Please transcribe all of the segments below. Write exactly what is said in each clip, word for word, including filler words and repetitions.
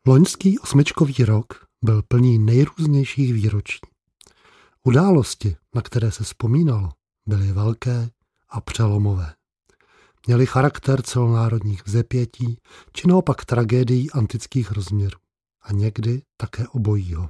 Loňský osmičkový rok byl plný nejrůznějších výročí. Události, na které se vzpomínalo, byly velké a přelomové. Měly charakter celonárodních vzepětí či naopak tragédií antických rozměrů a někdy také obojího.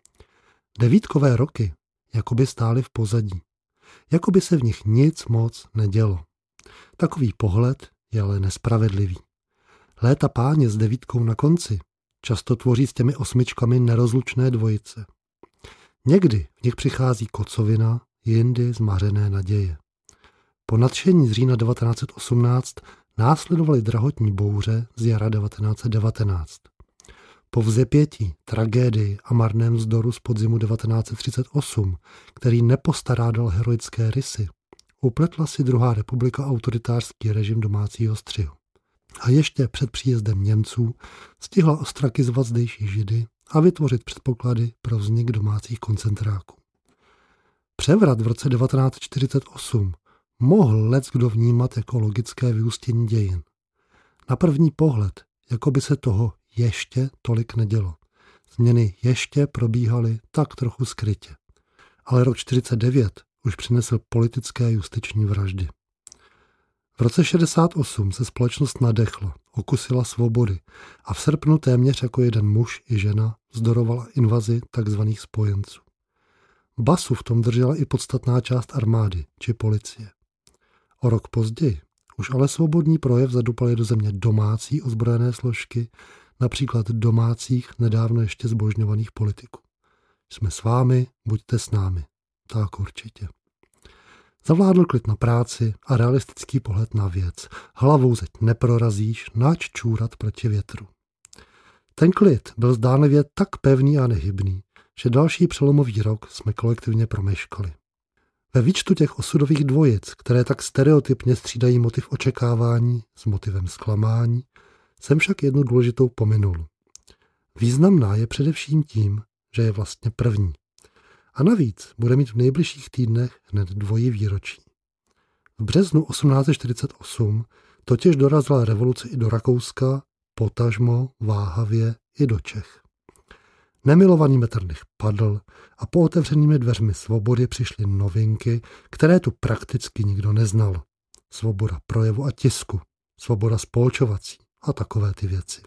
Devítkové roky jakoby stály v pozadí, jakoby se v nich nic moc nedělo. Takový pohled je ale nespravedlivý. Léta páně s devítkou na konci často tvoří s těmi osmičkami nerozlučné dvojice. Někdy v nich přichází kocovina, jindy zmařené naděje. Po nadšení z října devatenáct set osmnáct následovaly drahotní bouře z jara devatenáct set devatenáct. Po vzepětí, tragédii a marném vzdoru z podzimu devatenáct set třicet osm, který nepostarádal heroické rysy, upletla si druhá republika autoritářský režim domácího střihu. A ještě před příjezdem Němců stihla ostrakizovat zdejší Židy a vytvořit předpoklady pro vznik domácích koncentráků. Převrat v roce devatenáct set čtyřicet osm mohl leckdo vnímat jako logické vyústění dějin. Na první pohled, jako by se toho ještě tolik nedělo. Změny ještě probíhaly tak trochu skrytě. Ale rok čtyřicet devět už přinesl politické justiční vraždy. V roce šedesát osm se společnost nadechla, okusila svobody a v srpnu téměř jako jeden muž i žena vzdorovala invazi tzv. Spojenců. Basu v tom držela i podstatná část armády či policie. O rok později už ale svobodný projev zadupaly do země domácí ozbrojené složky, například domácích nedávno ještě zbožňovaných politiků. Jsme s vámi, buďte s námi. Tak určitě. Zavládl klid na práci a realistický pohled na věc. Hlavou zeď neprorazíš, nač čůrat proti větru. Ten klid byl zdánlivě tak pevný a nehybný, že další přelomový rok jsme kolektivně promeškali. Ve výčtu těch osudových dvojic, které tak stereotypně střídají motiv očekávání s motivem zklamání, jsem však jednu důležitou pominul. Významná je především tím, že je vlastně první. A navíc bude mít v nejbližších týdnech hned dvojí výročí. V březnu osmnáct set čtyřicet osm totiž dorazila revoluce i do Rakouska, potažmo, váhavě i do Čech. Nemilovaný Metternich padl a po otevřenými dveřmi svobody přišly novinky, které tu prakticky nikdo neznal. Svoboda projevu a tisku, svoboda spolčovací a takové ty věci.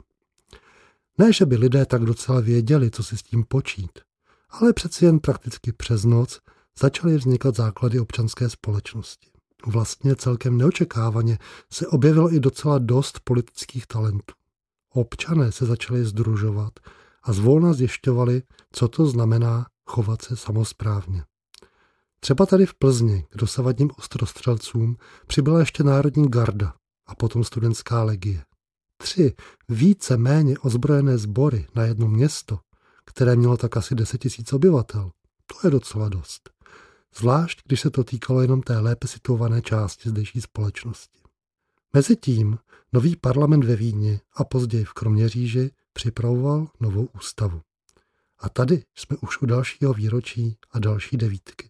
Ne, že by lidé tak docela věděli, co si s tím počít, ale přeci jen prakticky přes noc začaly vznikat základy občanské společnosti. Vlastně celkem neočekávaně se objevilo i docela dost politických talentů. Občané se začali sdružovat a zvolna zjišťovali, co to znamená chovat se samosprávně. Třeba tady v Plzni k dosavadním ostrostřelcům přibyla ještě Národní garda a potom studentská legie. Tři více méně ozbrojené sbory na jedno město, které mělo tak asi deset tisíc obyvatel. To je docela dost. Zvlášť, když se to týkalo jenom té lépe situované části zdejší společnosti. Mezitím nový parlament ve Vídni a později v Kroměříži připravoval novou ústavu. A tady jsme už u dalšího výročí a další devítky.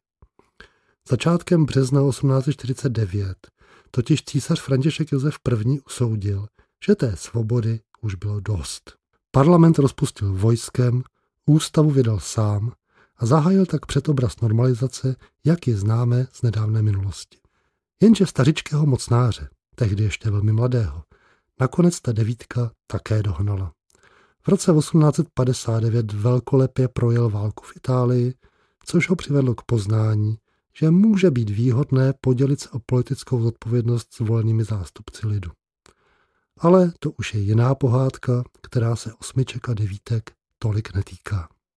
Začátkem března osmnáct set čtyřicet devět totiž císař František Josef I. usoudil, že té svobody už bylo dost. Parlament rozpustil vojskem, ústavu vydal sám a zahájil tak předobraz normalizace, jak je známe z nedávné minulosti. Jenže stařičkého mocnáře, tehdy ještě velmi mladého, nakonec ta devítka také dohnala. V roce osmnáct set padesát devět velkolepě projel válku v Itálii, což ho přivedlo k poznání, že může být výhodné podělit se o politickou zodpovědnost s volenými zástupci lidu. Ale to už je jiná pohádka, která se osmiček a devítek tolik netýká.